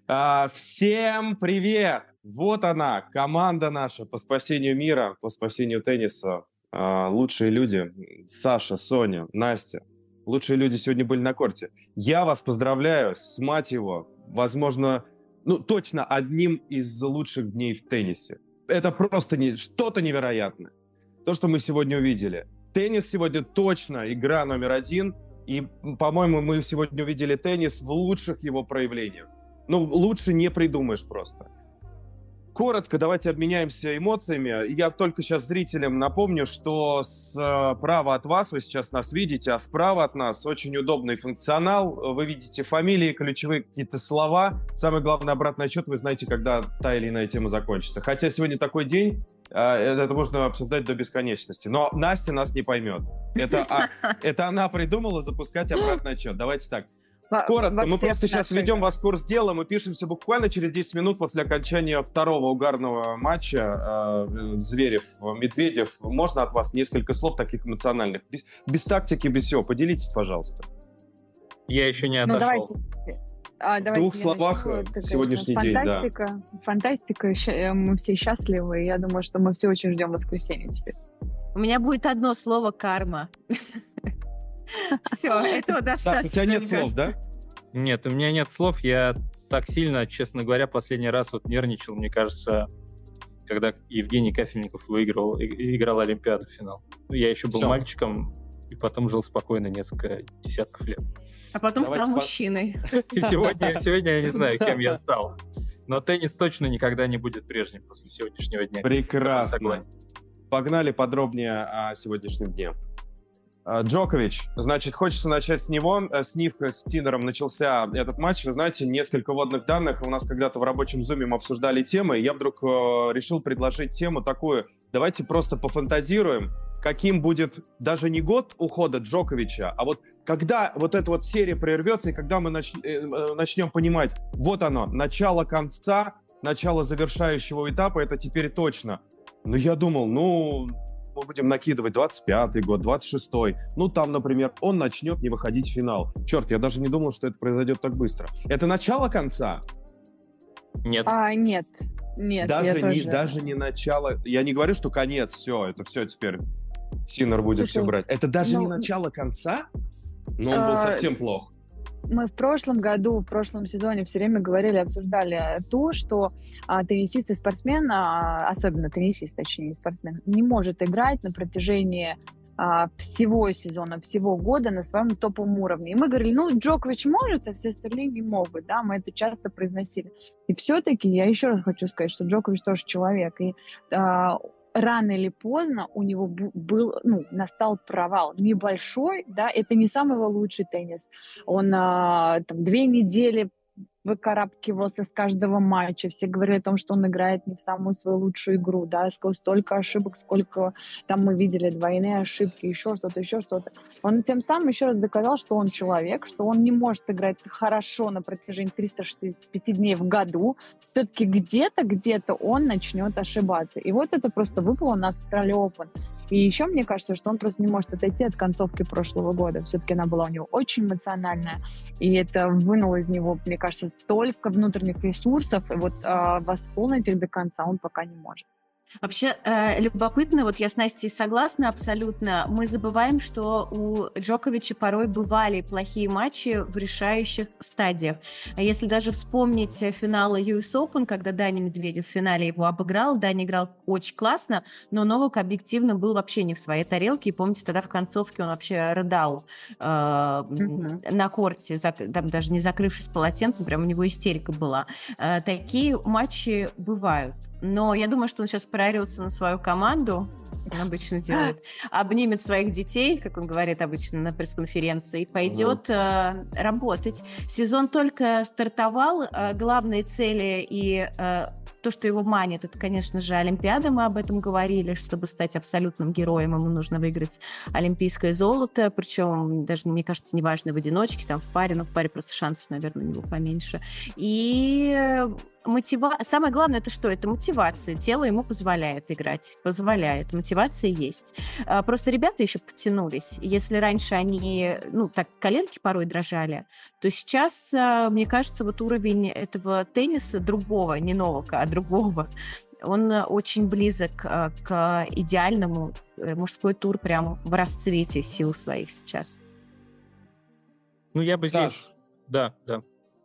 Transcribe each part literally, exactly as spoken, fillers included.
А, всем привет! Вот она, команда наша по спасению мира, по спасению тенниса. А, лучшие люди. Саша, Соня, Настя. Лучшие люди сегодня были на корте. Я вас поздравляю с, мать его, возможно, ну, точно одним из лучших дней в теннисе. Это просто не, что-то невероятное. То, что мы сегодня увидели. Теннис сегодня точно игра номер один. И, по-моему, мы сегодня увидели теннис в лучших его проявлениях. Ну, лучше не придумаешь просто. Коротко давайте обменяемся эмоциями. Я только сейчас зрителям напомню, что справа от вас, вы сейчас нас видите, а справа от нас очень удобный функционал. Вы видите фамилии, ключевые какие-то слова. Самое главное, обратный отчет, вы знаете, когда та или иная тема закончится. Хотя сегодня такой день, это можно обсуждать до бесконечности. Но Настя нас не поймет. Это, а, это она придумала запускать обратный отчет. Давайте так. Коротко, мы просто сейчас введем вас в курс дела, мы пишемся буквально через десять минут после окончания второго угарного матча э, Зверев-Медведев. Можно от вас несколько слов таких эмоциональных? Без, без тактики, без всего. Поделитесь, пожалуйста. Я еще не отошел. Ну, давайте. А, в двух словах начну, сегодняшний день, да. Фантастика, мы все счастливы, и я думаю, что мы все очень ждем воскресенья теперь. У меня будет одно слово — карма. Все, этого достаточно. Так, у тебя нет слов, да? Нет, у меня нет слов. Я так сильно, честно говоря, последний раз вот нервничал, мне кажется, когда Евгений Кафельников выиграл, играл Олимпиаду финал. Я еще был Все. мальчиком, и потом жил спокойно несколько десятков лет. А потом Давайте стал по... мужчиной. И сегодня, сегодня я не знаю, кем я стал. Но теннис точно никогда не будет прежним после сегодняшнего дня. Прекрасно. Погнали подробнее о сегодняшнем дне. Джокович, значит, хочется начать с него. С Нивкой, с Тинером начался этот матч. Вы знаете, несколько вводных данных. У нас когда-то в рабочем зуме мы обсуждали темы, и я вдруг э, решил предложить тему такую. Давайте просто пофантазируем, каким будет даже не год ухода Джоковича, а вот когда вот эта вот серия прервется, и когда мы нач... э, начнем понимать, вот оно, начало конца, начало завершающего этапа, это теперь точно. Но я думал, ну... мы будем накидывать двадцать пятый год, двадцать шестой. Ну, там, например, он начнет не выходить в финал. Черт, я даже не думал, что это произойдет так быстро. Это начало конца? Нет. А, нет. Нет, даже, не, тоже... даже не начало... Я не говорю, что конец, все, это все теперь Синер будет Слушай, все брать. Это даже ну... не начало конца? Но он а... был совсем плох. Мы в прошлом году, в прошлом сезоне все время говорили, обсуждали то, что а, теннисист и спортсмен, а, особенно теннисист, точнее, спортсмен, не может играть на протяжении а, всего сезона, всего года на своем топовом уровне. И мы говорили, ну, Джокович может, а все остальные не могут, да, мы это часто произносили. И все-таки я еще раз хочу сказать, что Джокович тоже человек, и а, рано или поздно у него был, ну, настал провал. Небольшой, да, это не самый его лучший теннис. Он а, там две недели выкарабкивался с каждого матча. Все говорили о том, что он играет не в самую свою лучшую игру, да, столько ошибок, сколько там мы видели, двойные ошибки, еще что-то, еще что-то. Он тем самым еще раз доказал, что он человек, что он не может играть хорошо на протяжении триста шестьдесят пять дней в году. Все-таки где-то, где-то он начнет ошибаться. И вот это просто выпало на Australian Open. И еще мне кажется, что он просто не может отойти от концовки прошлого года. Все-таки она была у него очень эмоциональная. И это вынуло из него, мне кажется, столько внутренних ресурсов. И вот э, восполнить их до конца он пока не может. Вообще, э, любопытно, вот я с Настей согласна абсолютно, мы забываем, что у Джоковича порой бывали плохие матчи в решающих стадиях. Если даже вспомнить финалы ю эс Open, когда Даня Медведев в финале его обыграл, Даня играл очень классно, но Новак объективно был вообще не в своей тарелке, и помните, тогда в концовке он вообще рыдал э, mm-hmm. на корте, зак- там, даже не закрывшись полотенцем, прям у него истерика была. Э, такие матчи бывают. Но я думаю, что он сейчас проорется на свою команду, он обычно делает, обнимет своих детей, как он говорит обычно на пресс-конференции, и пойдет mm. э, работать. Сезон только стартовал, э, главные цели и э, то, что его манит, это, конечно же, Олимпиада, мы об этом говорили, чтобы стать абсолютным героем, ему нужно выиграть олимпийское золото, причем даже, мне кажется, неважно в одиночке, там в паре, но в паре просто шансов, наверное, у него поменьше. И мотива... самое главное, это что? Это мотивация. Тело ему позволяет играть. Позволяет. Мотивация есть. Просто ребята еще потянулись. Если раньше они, ну, так, коленки порой дрожали, то сейчас, мне кажется, вот уровень этого тенниса другого, не Новака, а другого, он очень близок к идеальному. Мужской тур прям в расцвете сил своих сейчас. Ну, я бы Саш, здесь... Да, да.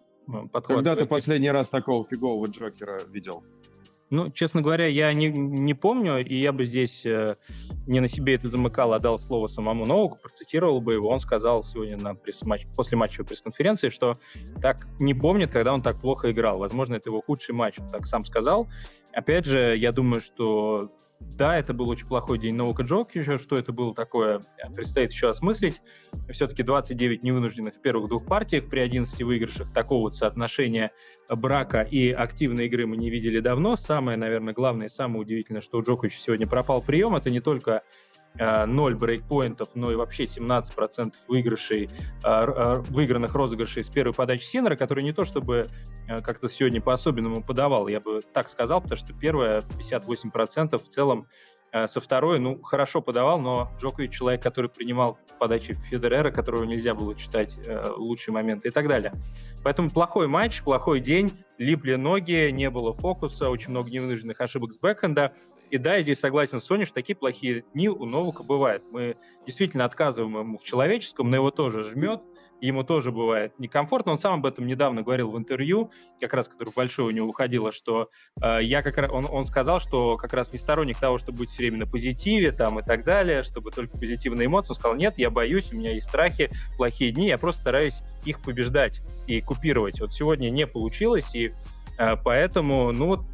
Когда ты последний раз такого фигового Джокера видел? Ну, честно говоря, я не, не помню, и я бы здесь э, не на себе это замыкал, а дал слово самому Новаку, процитировал бы его. Он сказал сегодня на пресс-матч, после матчевой пресс-конференции, что так не помнит, когда он так плохо играл. Возможно, это его худший матч, он так сам сказал. Опять же, я думаю, что да, это был очень плохой день Новака Джоковича, что это было такое, предстоит еще осмыслить. Все-таки двадцать девять невынужденных в первых двух партиях при одиннадцати выигрышах. Такого вот соотношения брака и активной игры мы не видели давно. Самое, наверное, главное и самое удивительное, что у Джоковича сегодня пропал прием, это не только ноль брейкпоинтов, но и вообще семнадцать процентов выигрышей, выигранных розыгрышей с первой подачи Синнера, который не то чтобы как-то сегодня по-особенному подавал, я бы так сказал, потому что первая пятьдесят восемь процентов в целом, со второй, ну, хорошо подавал, но Джокович человек, который принимал подачи Федерера, которого нельзя было читать э, лучшие моменты и так далее. Поэтому плохой матч, плохой день, липли ноги, не было фокуса, очень много невынужденных ошибок с бэкхенда. И да, я здесь согласен с Соней, что такие плохие дни у Новака бывают. Мы действительно отказываем ему в человеческом, но его тоже жмет, ему тоже бывает некомфортно. Он сам об этом недавно говорил в интервью, как раз, которое большое у него выходило, что э, я как раз, он, он сказал, что как раз не сторонник того, чтобы быть все время на позитиве там, и так далее, чтобы только позитивные эмоции. Он сказал, нет, я боюсь, у меня есть страхи, плохие дни, я просто стараюсь их побеждать и купировать. Вот сегодня не получилось, и э, поэтому, ну вот,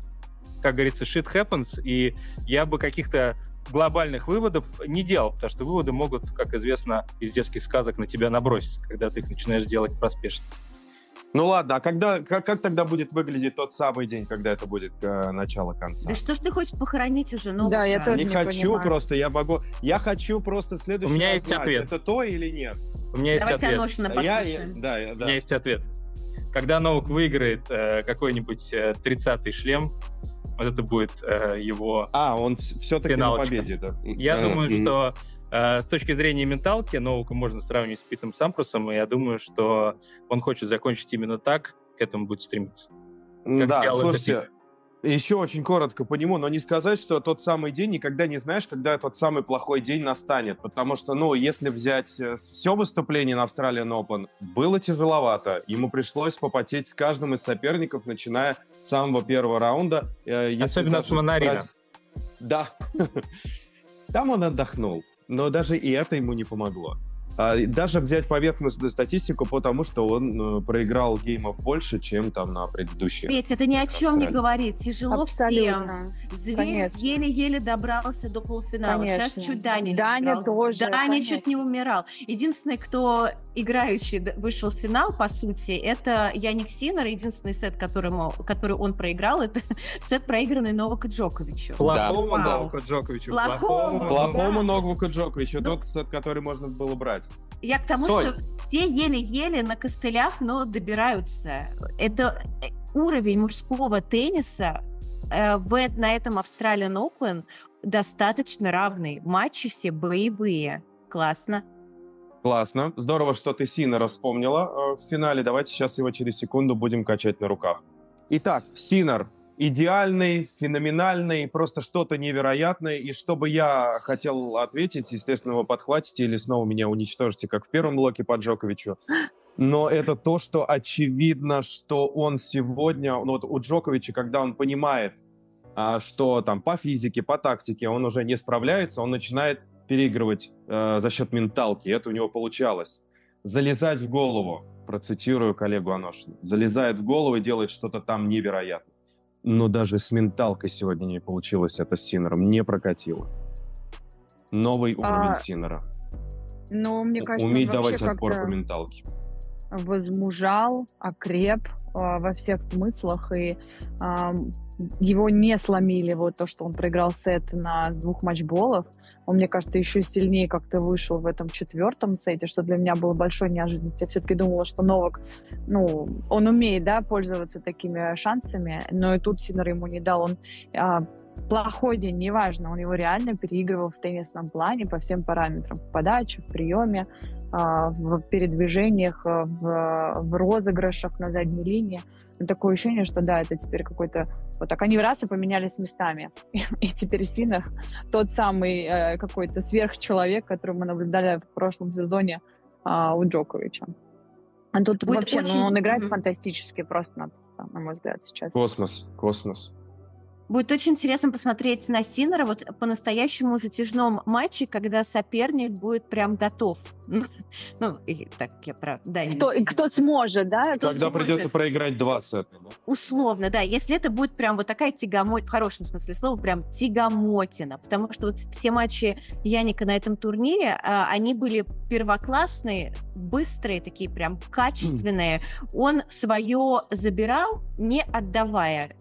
как говорится, shit happens, и я бы каких-то глобальных выводов не делал, потому что выводы могут, как известно, из детских сказок на тебя наброситься, когда ты их начинаешь делать поспешно. Ну ладно, а когда, как, как тогда будет выглядеть тот самый день, когда это будет э, начало конца? Да что ж ты хочешь похоронить уже? Ну, да, я тоже не, не хочу понимаю. Просто, я могу... Я хочу просто в следующий У меня раз есть знать, ответ. Это то или нет? У меня есть Давайте ответ. Аношина Я, послушаем. я, да, я, У да. меня есть ответ. Когда Новак выиграет э, какой-нибудь э, тридцатый шлем, вот это будет э, его А, он все-таки на победе, да? Я а, думаю, м- что э, с точки зрения менталки Новака можно сравнивать с Питом Сампрасом, и я думаю, что он хочет закончить именно так, к этому будет стремиться. Как Да, сделал это слушайте, еще очень коротко по нему, но не сказать, что тот самый день, никогда не знаешь, когда тот самый плохой день настанет, потому что, ну, если взять все выступление на Australian Open, было тяжеловато, ему пришлось попотеть с каждым из соперников, начиная с самого первого раунда. Особенно с Монарина. Брать... Да, там он отдохнул, но даже и это ему не помогло. Даже взять поверхностную статистику, потому что он э, проиграл геймов больше, чем там на предыдущих. Ведь это ни о чем не говорит. Тяжело Абсолютно. всем. Зверь еле-еле добрался до полуфинала. Конечно. Сейчас чуть Даня Даня не тоже, Даня конечно. чуть не умирал. Единственный, кто играющий вышел в финал, по сути, это Яник Синнер. Единственный сет, которому, который он проиграл, это сет, проигранный Новаку Джоковичу. Плохому Да. Новаку Джоковичу. Плохому. Плохому Да. Новаку Джоковичу, Ну, тот сет, который можно было брать. Я к тому, Соль. что все еле-еле на костылях, но добираются. Это уровень мужского тенниса э, в, на этом Australian Open достаточно равный. Матчи все боевые. Классно. Классно. Здорово, что ты Синнера вспомнила э, в финале. Давайте сейчас его через секунду будем качать на руках. Итак, Синнер. Идеальный, феноменальный, просто что-то невероятное. И что бы я хотел ответить, естественно, вы подхватите или снова меня уничтожите, как в первом блоке по Джоковичу. Но это то, что очевидно, что он сегодня... Ну вот у Джоковича, когда он понимает, а, что там по физике, по тактике он уже не справляется, он начинает переигрывать э, за счет менталки. Это у него получалось. Залезать в голову, процитирую коллегу Аношина, залезает в голову и делает что-то там невероятное. Но даже с менталкой сегодня не получилось это с Синнером, не прокатило. Новый уровень А, Синнера. Ну, мне кажется, Уметь он давать вообще отпор по как-то менталке. возмужал, окреп. во всех смыслах, и э, его не сломили вот то, что он проиграл сет на с двух матчболов. Он, мне кажется, еще сильнее как-то вышел в этом четвертом сете, что для меня было большой неожиданностью. Я все-таки думала, что Новак, ну, он умеет, да, пользоваться такими шансами, но и тут Синер ему не дал. Он а, плохой день, неважно, он его реально переигрывал в теннисном плане по всем параметрам. В подаче, в приеме, а, в передвижениях, в, в розыгрышах на задней линии. Такое ощущение, что да, это теперь какой-то... Вот так они раз и поменялись местами. И, и теперь Синер тот самый э, какой-то сверхчеловек, который мы наблюдали в прошлом сезоне э, у Джоковича. А тут Будет вообще, очень... ну, он играет mm-hmm. фантастически просто-напросто, на мой взгляд, сейчас. Космос, космос. Будет очень интересно посмотреть на Синера вот по-настоящему затяжном матче, когда соперник будет прям готов. Ну, или так, я прав. Да, кто, кто сможет, да? Кто Тогда сможет. придется проиграть два сета. Да? Условно, да. Если это будет прям вот такая тягамотина, в хорошем смысле слова, прям тягамотина. Потому что вот все матчи Яника на этом турнире, они были первоклассные, быстрые, такие прям качественные. Он свое забирал, не отдавая.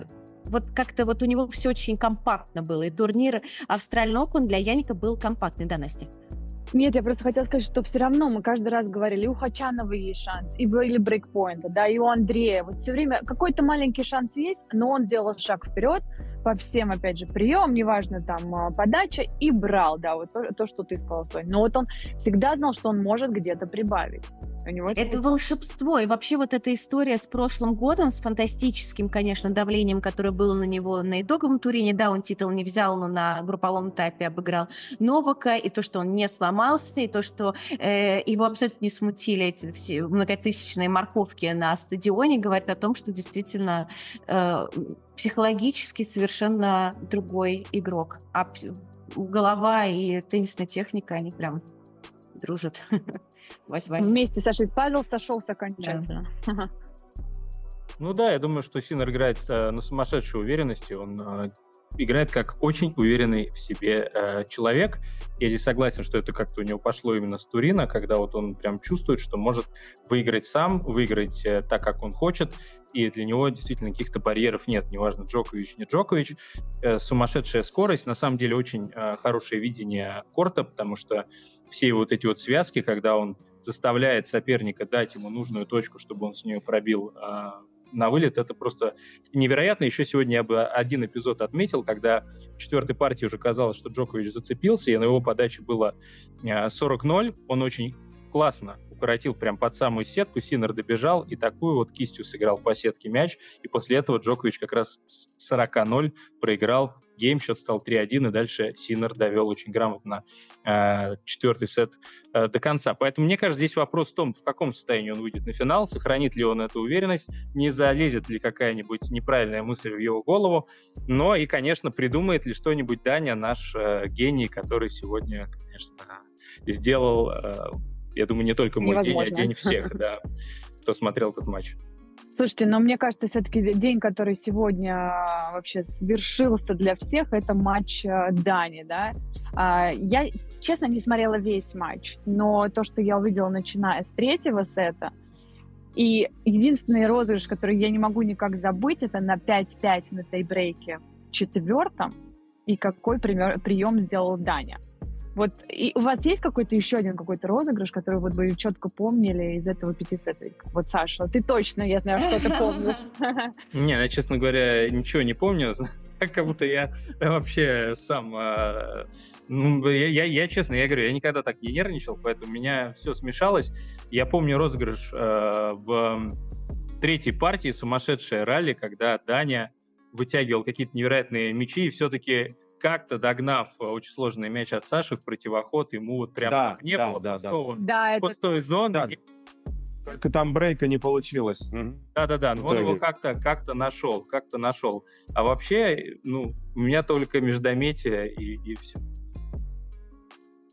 Вот как-то вот у него все очень компактно было. И турнир Australian Open для Яника был компактный, да, Настя? Нет, я просто хотела сказать, что все равно мы каждый раз говорили, и у Хачанова есть шанс, и были брейкпоинты, да, и у Андрея. Вот все время какой-то маленький шанс есть, но он делал шаг вперед по всем, опять же, прием, неважно, там, подача, и брал, да, вот то, то что ты сказала, Соня. Но вот он всегда знал, что он может где-то прибавить. У него это это волшебство. И вообще вот эта история с прошлым годом, с фантастическим, конечно, давлением, которое было на него на итоговом турине. Да, он титул не взял, но на групповом этапе обыграл Новака. И то, что он не сломался, и то, что э, его абсолютно не смутили эти все многотысячные морковки на стадионе, говорит о том, что действительно э, психологически совершенно другой игрок. А голова и теннисная техника, они прям дружат. Вась-Вась. Вместе сошли. Павел сошелся окончательно. Да. Ну да, я думаю, что Синер играет э, на сумасшедшей уверенности. Он э, играет как очень уверенный в себе э, человек. Я здесь согласен, что это как-то у него пошло именно с Турина, когда вот он прям чувствует, что может выиграть сам, выиграть э, так, как он хочет, и для него действительно каких-то барьеров нет, неважно, Джокович, не Джокович. Э, сумасшедшая скорость, на самом деле очень э, хорошее видение корта, потому что все вот эти вот связки, когда он заставляет соперника дать ему нужную точку, чтобы он с нее пробил э, на вылет, это просто невероятно. Еще сегодня я бы один эпизод отметил, когда в четвертой партии уже казалось, что Джокович зацепился, и на его подаче было сорок ноль. Он очень классно укоротил прям под самую сетку, Синер добежал и такую вот кистью сыграл по сетке мяч, и после этого Джокович как раз с сорок ноль проиграл гейм, счет стал три один, и дальше Синер довел очень грамотно э, четвертый сет э, до конца. Поэтому, мне кажется, здесь вопрос в том, в каком состоянии он выйдет на финал, сохранит ли он эту уверенность, не залезет ли какая-нибудь неправильная мысль в его голову, но и, конечно, придумает ли что-нибудь Даня, наш э, гений, который сегодня, конечно, сделал... Э, я думаю, не только мой невозможно. День, а день всех, да, кто смотрел этот матч. Слушайте, но мне кажется, все-таки день, который сегодня вообще свершился для всех, это матч Дани, да. Я, честно, не смотрела весь матч, но то, что я увидела, начиная с третьего сета, и единственный розыгрыш, который я не могу никак забыть, это на пять пять на тайбрейке в четвертом, и какой пример, прием сделал Даня. Вот и у вас есть какой-то еще один какой-то розыгрыш, который вот вы четко помнили из этого пятисетовика? Вот, Саша, ты точно, я знаю, что ты помнишь. Не, я, честно говоря, ничего не помню. Как будто я вообще сам... Ну, я, я, я, честно, я говорю, я никогда так не нервничал, поэтому у меня все смешалось. Я помню розыгрыш э, в третьей партии «Сумасшедшее ралли», когда Даня вытягивал какие-то невероятные мячи и все-таки... как-то догнав очень сложный мяч от Саши в противоход, ему вот прям да, не да, было да, пустого, да. Да, пустой это... зоны. Да. Только там брейка не получилось. Да-да-да, но он его как-то, как-то нашел, как-то нашел. А вообще, ну, у меня только междометие и, и все.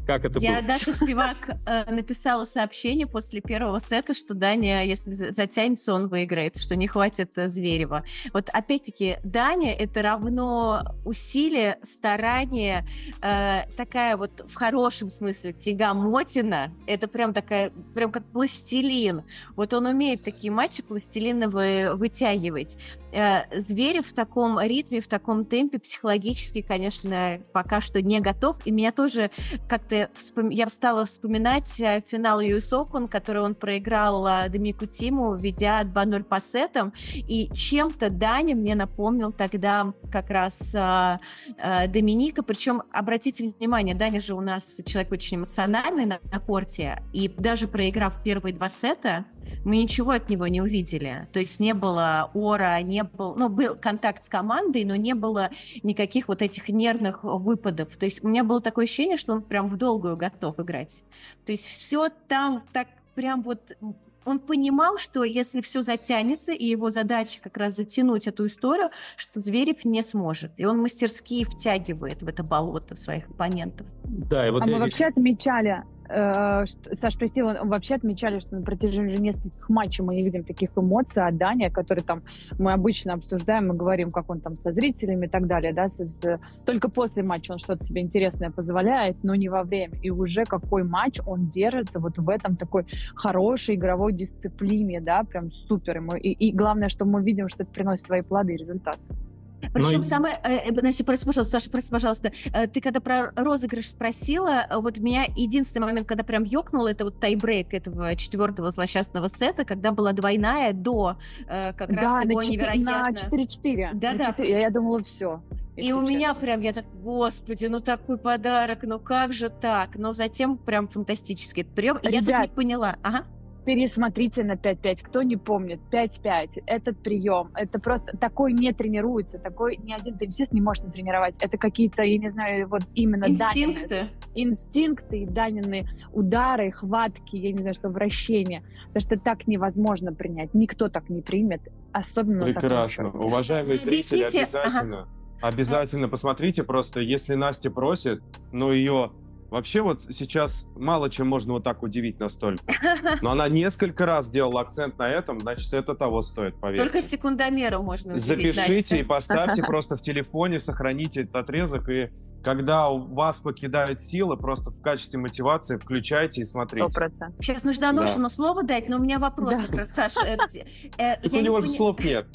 Как это Я, было? Даша Спивак э, написала сообщение после первого сета, что Даня, если затянется, он выиграет, что не хватит э, Зверева. Вот опять-таки, Даня — это равно усилие, старание, э, такая вот в хорошем смысле тягомотина. Это прям такая, прям как пластилин. Вот он умеет такие матчи пластилиновые вытягивать. Э, Зверев в таком ритме, в таком темпе психологически, конечно, пока что не готов. И меня тоже как-то вспом... я стала вспоминать финал ю эс Open, который он проиграл Доминику Тиму, ведя два ноль по сетам. И чем-то Даня мне напомнил тогда как раз а, а, Доминика. Причем, обратите внимание, Даня же у нас человек очень эмоциональный на, на корте. И даже проиграв первые два сета, мы ничего от него не увидели. То есть не было ора, не был, ну, был контакт с командой, но не было никаких вот этих нервных выпадов. То есть у меня было такое ощущение, что он прям в долгую готов играть. То есть все там так прям вот... Он понимал, что если все затянется, и его задача как раз затянуть эту историю, что Зверев не сможет. И он мастерски втягивает в это болото своих оппонентов. Да, и вот а мы здесь... вообще отмечали, э, что, Саш, прости, он, вообще отмечали, что на протяжении уже нескольких матчей мы не видим таких эмоций от Дани, которые там мы обычно обсуждаем, мы говорим, как он там со зрителями и так далее, да, с, с, только после матча он что-то себе интересное позволяет, но не во время. И уже какой матч он держится вот в этом такой хорошей игровой дисциплине, да, прям супер. И, и главное, что мы видим, что это приносит свои плоды и результаты. Причем Ну, самое... Э, Настя, прости, пожалуйста, Саша, прости, пожалуйста. Э, ты когда про розыгрыш спросила, вот меня единственный момент, когда прям ёкнуло, это вот тайбрейк этого четвертого злосчастного сета, когда была двойная до э, как да, раз его на невероятно... на четыре четыре. Да-да. Я, я думала, все. И у меня прям, я так, господи, ну такой подарок, ну как же так? Но затем прям фантастический этот прием. И я тут не поняла. Ага. Пересмотрите на пять пять. Кто не помнит, пять пять. Этот прием, это просто такой не тренируется, такой ни один теннисист не может тренировать. Это какие-то, я не знаю, вот именно инстинкты. Данины, инстинкты и Данины удары, хватки, я не знаю, что вращения. Потому что так невозможно принять. Никто так не примет, особенно прекрасно. так. Уважаемые зрители, Объясните. обязательно, Ага. обязательно посмотрите просто, если Настя просит, но ее... Вообще вот сейчас мало чем можно вот так удивить настолько. Но она несколько раз делала акцент на этом, значит, это того стоит, поверьте. Только секундомером можно удивить, Запишите Настя. и поставьте просто в телефоне, сохраните этот отрезок, и когда у вас покидают силы, просто в качестве мотивации включайте и смотрите. сто процентов. Сейчас нужно Аношину слово дать, но у меня вопрос Да. как раз, Саша. э, э, Так я у не него же поня- слов нет.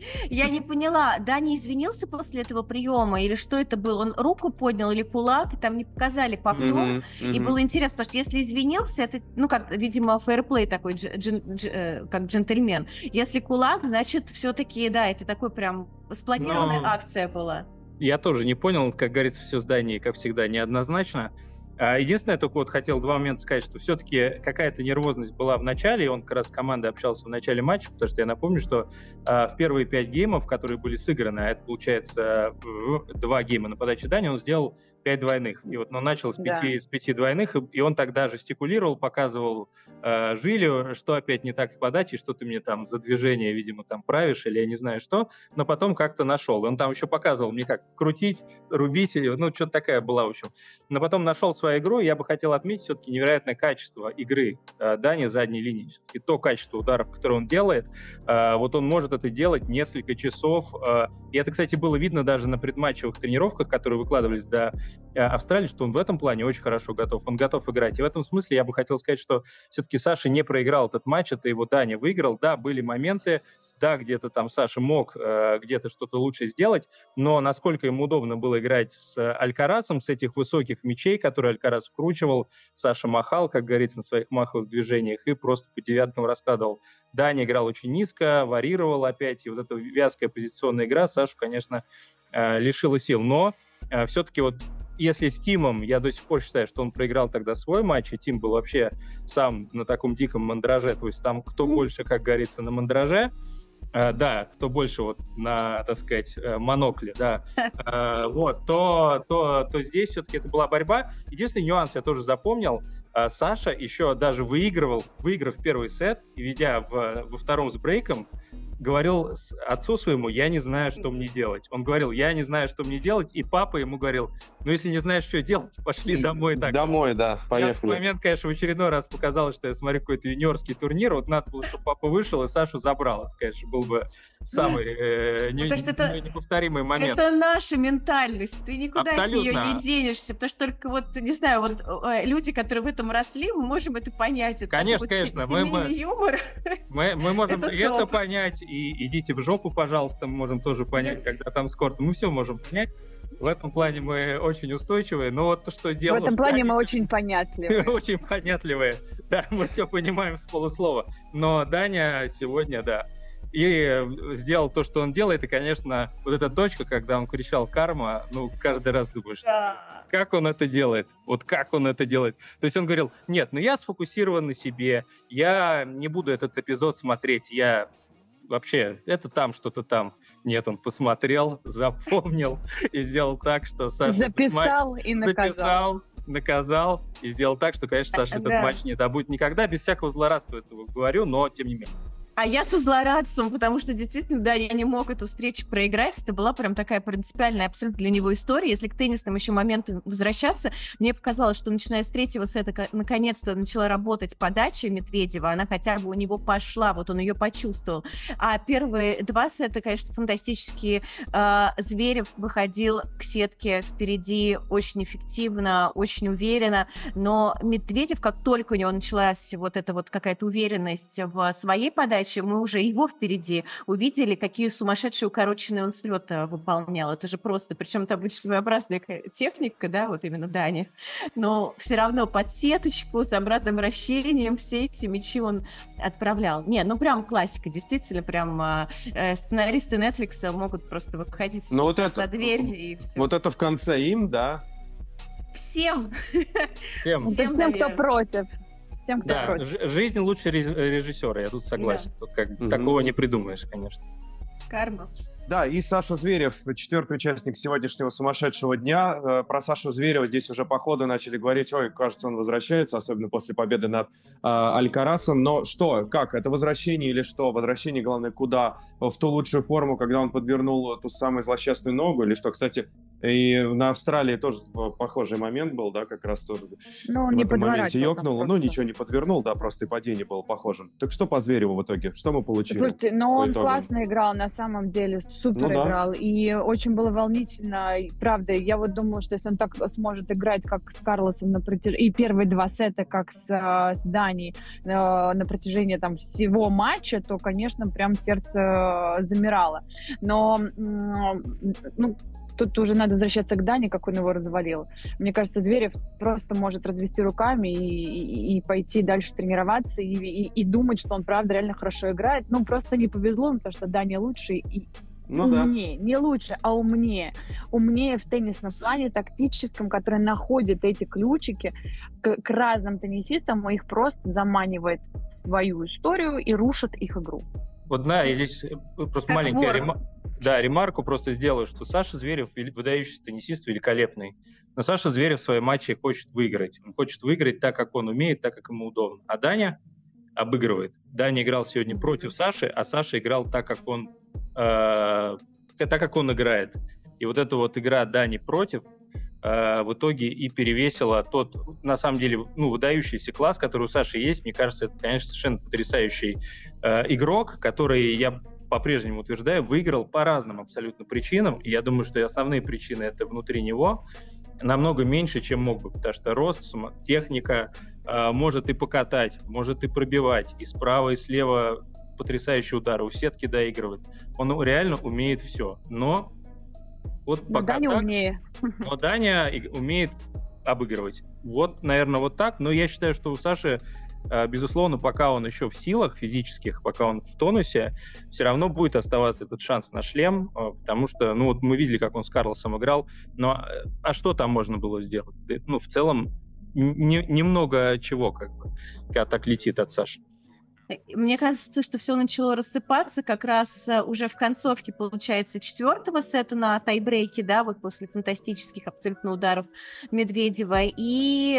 Я не поняла, Даня извинился после этого приема, или что это было? Он руку поднял или кулак? Там не показали повтор. Мгм, И мгм. было интересно, потому что если извинился, это, ну, как, видимо, фэрплей такой, дж- джен- дж- э, как джентльмен. Если кулак, значит, все-таки, да, это такой прям спланированная Но- акция была. Я тоже не понял, как говорится, все здание, как всегда, неоднозначно. А, Единственное, только вот хотел два момента сказать, что все-таки какая-то нервозность была в начале, и он как раз с командой общался в начале матча, потому что я напомню, что а, в первые пять геймов, которые были сыграны, а это, получается, э, два гейма на подаче Дани, он сделал пять двойных. И вот он начал с пяти, Да. с пяти двойных, и, и он тогда жестикулировал, показывал э, Жилю, что опять не так с подачей, что ты мне там за движение, видимо, там правишь, или я не знаю что, но потом как-то нашел. Он там еще показывал мне, как крутить, рубить, или, ну, что-то такая была, в общем. Но потом нашел свою игру, и я бы хотел отметить все-таки невероятное качество игры э, Дани задней линии. Все-таки то качество ударов, которое он делает, э, вот он может это делать несколько часов. Э, и это, кстати, было видно даже на предматчевых тренировках, которые выкладывались до э, Австралии, что он в этом плане очень хорошо готов. Он готов играть. И в этом смысле я бы хотел сказать, что все-таки Саша не проиграл этот матч, это его Даня выиграл. Да, были моменты, да, где-то там Саша мог э, где-то что-то лучше сделать, но насколько ему удобно было играть с Алькарасом, с этих высоких мячей, которые Алькарас вкручивал, Саша махал, как говорится, на своих маховых движениях и просто по девятым раскладывал. Даня играл очень низко, варьировал опять, и вот эта вязкая позиционная игра Сашу, конечно, э, лишила сил. Но э, все-таки вот если с Тимом, я до сих пор считаю, что он проиграл тогда свой матч, и Тим был вообще сам на таком диком мандраже, то есть там кто больше, как говорится, на мандраже, Uh, да, кто больше вот на, так сказать, монокле, да, uh, вот, то, то, то здесь все-таки это была борьба. Единственный нюанс я тоже запомнил, uh, Саша еще даже выигрывал, выиграв первый сет и ведя в, во втором с брейком, говорил отцу своему: я не знаю, что мне делать. Он говорил: я не знаю, что мне делать, и папа ему говорил: ну, если не знаешь, что делать, пошли домой. Так. Домой, да, поехали. Я в момент, конечно, в очередной раз показалось, что я смотрю какой-то юниорский турнир, вот надо было, чтобы папа вышел и Сашу забрал. Это, конечно, был бы самый э, не, не, это, неповторимый момент. Это наша ментальность, ты никуда Абсолютно. От нее не денешься, потому что только вот, не знаю, вот люди, которые в этом росли, мы можем это понять. Это конечно, вот конечно. Мы, мы, юмор. Мы, мы можем это, это понять, и идите в жопу, пожалуйста, мы можем тоже понять, когда там скорт. Мы все можем понять. В этом плане мы очень устойчивые, но вот то, что делал... В этом плане Даня, мы очень понятливые. Очень понятливые. Да, мы все понимаем с полуслова. Но Даня сегодня, да, и сделал то, что он делает, и, конечно, вот эта точка, когда он кричал «карма», ну, каждый раз думаешь, да. Как он это делает? Вот как он это делает? То есть он говорил: нет, ну я сфокусирован на себе, я не буду этот эпизод смотреть, я... Вообще, это там, что-то там. Нет, он посмотрел, запомнил и сделал так, что Саша... Записал матч, и наказал. Записал, наказал и сделал так, что, конечно, Саша да. этот матч не добудет никогда. Без всякого злорадства этого говорю, но тем не менее. А я со злорадством, потому что действительно, да, я не мог эту встречу проиграть. Это была прям такая принципиальная абсолютно для него история. Если к теннисным еще моментам возвращаться, мне показалось, что начиная с третьего сета наконец-то начала работать подача Медведева. Она хотя бы у него пошла, вот он ее почувствовал. А первые два сета, конечно, фантастические. Зверев выходил к сетке впереди очень эффективно, очень уверенно. Но Медведев, как только у него началась вот эта вот какая-то уверенность в своей подаче, мы уже его впереди увидели, какие сумасшедшие укороченные он слеты выполнял. Это же просто, причем это очень своеобразная техника, да, вот именно Дани. Но все равно под сеточку, с обратным вращением все эти мячи он отправлял. Не, ну прям классика, действительно, прям э, сценаристы Netflix могут просто выходить ну, вот это, за дверь и все. Вот это в конце им, да? Всем. Всем, всем, всем кто против. Всем, кто да, против. Ж- жизнь лучше режиссера, я тут согласен. Да. Тут как, угу. Такого не придумаешь, конечно. Карма. Да, и Саша Зверев, четвертый участник сегодняшнего сумасшедшего дня. Про Сашу Зверева здесь уже по ходу начали говорить: ой, кажется, он возвращается, особенно после победы над э, Алькарасом. Но что, как, это возвращение или что? Возвращение, главное, куда? В ту лучшую форму, когда он подвернул ту самую злосчастную ногу, или что? Кстати, и на Австралии тоже похожий момент был, да, как раз тоже ну, в не этом моменте ёкнул. Ну, ничего не подвернул, да, просто и падение было похоже. Так что по Звереву в итоге? Что мы получили? Слушайте, ну он классно играл, на самом деле, супер ну, да. играл, и очень было волнительно, правда, я вот думала, что если он так сможет играть, как с Карлосом на протяжении, и первые два сета, как с, с Данией на протяжении там всего матча, то, конечно, прям сердце замирало. Но, ну, тут уже надо возвращаться к Дане, как он его развалил. Мне кажется, Зверев просто может развести руками и, и, и пойти дальше тренироваться и, и, и думать, что он правда реально хорошо играет. Ну, просто не повезло, потому что Даня лучше и ну, умнее. Да. Не лучше, а умнее. Умнее в теннисном плане, тактическом, который находит эти ключики к, к разным теннисистам, и их просто заманивает в свою историю и рушит их игру. Вот да, я здесь просто как маленькая ремарка. Да, ремарку просто сделаю, что Саша Зверев выдающийся теннисист, великолепный. Но Саша Зверев в своем матче хочет выиграть. Он хочет выиграть так, как он умеет, так, как ему удобно. А Даня обыгрывает. Даня играл сегодня против Саши, а Саша играл так, как он, э, так, как он играет. И вот эта вот игра Дани против э, в итоге и перевесила тот, на самом деле, ну, выдающийся класс, который у Саши есть. Мне кажется, это, конечно, совершенно потрясающий э, игрок, который, я по-прежнему утверждаю, выиграл по разным абсолютно причинам. И я думаю, что и основные причины это внутри него намного меньше, чем мог бы, потому что рост, техника э, может и покатать, может и пробивать, и справа, и слева потрясающие удары, у сетки доигрывать. Он реально умеет все. Но вот но пока Даня так, умнее. Но Даня умеет обыгрывать. Вот, наверное, вот так. Но я считаю, что у Саши, безусловно, пока он еще в силах физических, пока он в тонусе, все равно будет оставаться этот шанс на шлем, потому что, ну, вот мы видели, как он с Карлосом играл, но а что там можно было сделать? Ну, в целом, не, немного чего, как бы, когда так летит от Саши. Мне кажется, что все начало рассыпаться как раз уже в концовке, получается, четвертого сета на тайбрейке, да, вот после фантастических абсолютно ударов Медведева. И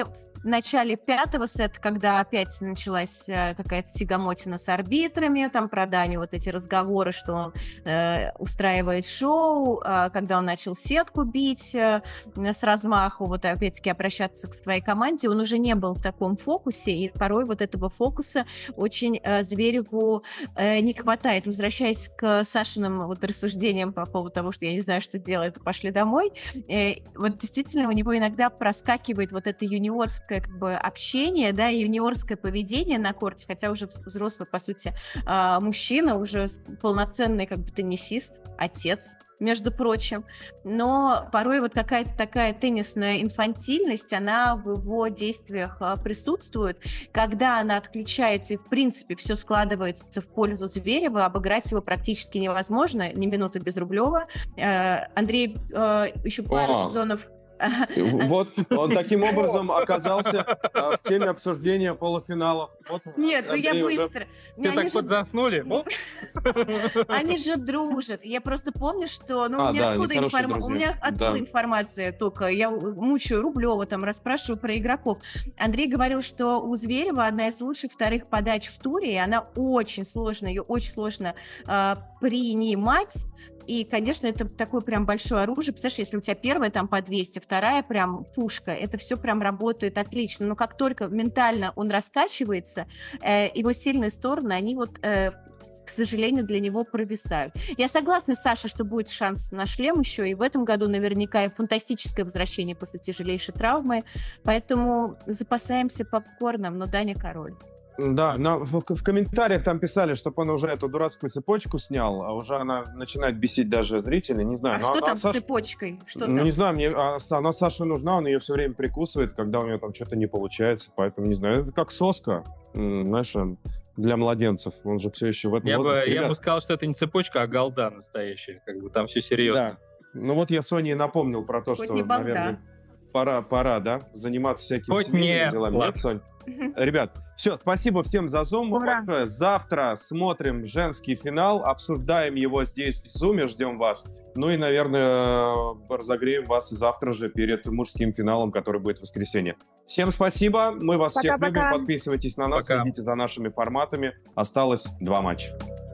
начале пятого сета, когда опять началась э, какая-то тягомотина с арбитрами, там про Даню вот эти разговоры, что он э, устраивает шоу, э, когда он начал сетку бить э, с размаху, вот опять-таки обращаться к своей команде, он уже не был в таком фокусе, и порой вот этого фокуса очень э, Звереву э, не хватает. Возвращаясь к Сашиным вот рассуждениям по поводу того, что я не знаю, что делать, пошли домой, э, вот действительно у него иногда проскакивает вот это юниорское как бы общение, да, юниорское поведение на корте, хотя уже взрослый, по сути, э, мужчина, уже полноценный как бы теннисист, отец, между прочим, но порой вот какая-то такая теннисная инфантильность, она в его действиях а, присутствует, когда она отключается и, в принципе, все складывается в пользу Зверева, обыграть его практически невозможно, ни минуты без Рублева. Э, Андрей э, еще пару О. сезонов... Вот он таким образом оказался в теме обсуждения полуфинала. Вот Нет, ну я Андрей уже- быстро. Ты так Они же- вот заснули? Ну, Они же дружат. Я просто помню, что... Ну, А, у меня, да, они откуда, хорошие информа- у друзья. меня откуда Да. информация только? Я мучаю Рублева, там, расспрашиваю про игроков. Андрей говорил, что у Зверева одна из лучших вторых подач в туре, и она очень сложная, ее очень сложно э, принимать. И, конечно, это такое прям большое оружие. Представляешь, если у тебя первая там по двести, вторая прям пушка, это все прям работает отлично. Но как только ментально он раскачивается, э, его сильные стороны, они вот, э, к сожалению, для него провисают. Я согласна, Саша, что будет шанс на шлем еще, и в этом году наверняка и фантастическое возвращение после тяжелейшей травмы, поэтому запасаемся попкорном, но Даня король. Да, но в, в комментариях там писали, чтобы он уже эту дурацкую цепочку снял, а уже она начинает бесить даже зрителей, не знаю. А Ну, что там а с Саша- цепочкой? Что Ну, там? не знаю, мне, а, с- она Саше нужна, он ее все время прикусывает, когда у нее там что-то не получается, поэтому, не знаю, это как соска, м, знаешь, м, для младенцев, он же все еще в этом я бы, возрасте. я Ребят, бы сказал, что это не цепочка, а голда настоящая. Как бы там все серьезно. да. Ну вот я Соне и напомнил про то, Хоть что, не балда. наверное, пора, пора, да, заниматься всякими Хоть семейными не делами. ладно. Нет, Сонь? Ребят, все, спасибо всем за Zoom. Ура. Большое. Завтра смотрим женский финал, обсуждаем его здесь в Zoom, ждем вас. Ну и, наверное, разогреем вас завтра же перед мужским финалом, который будет в воскресенье. Всем спасибо, мы вас всех Пока-пока. любим, подписывайтесь на нас, Пока. следите за нашими форматами. Осталось два матча.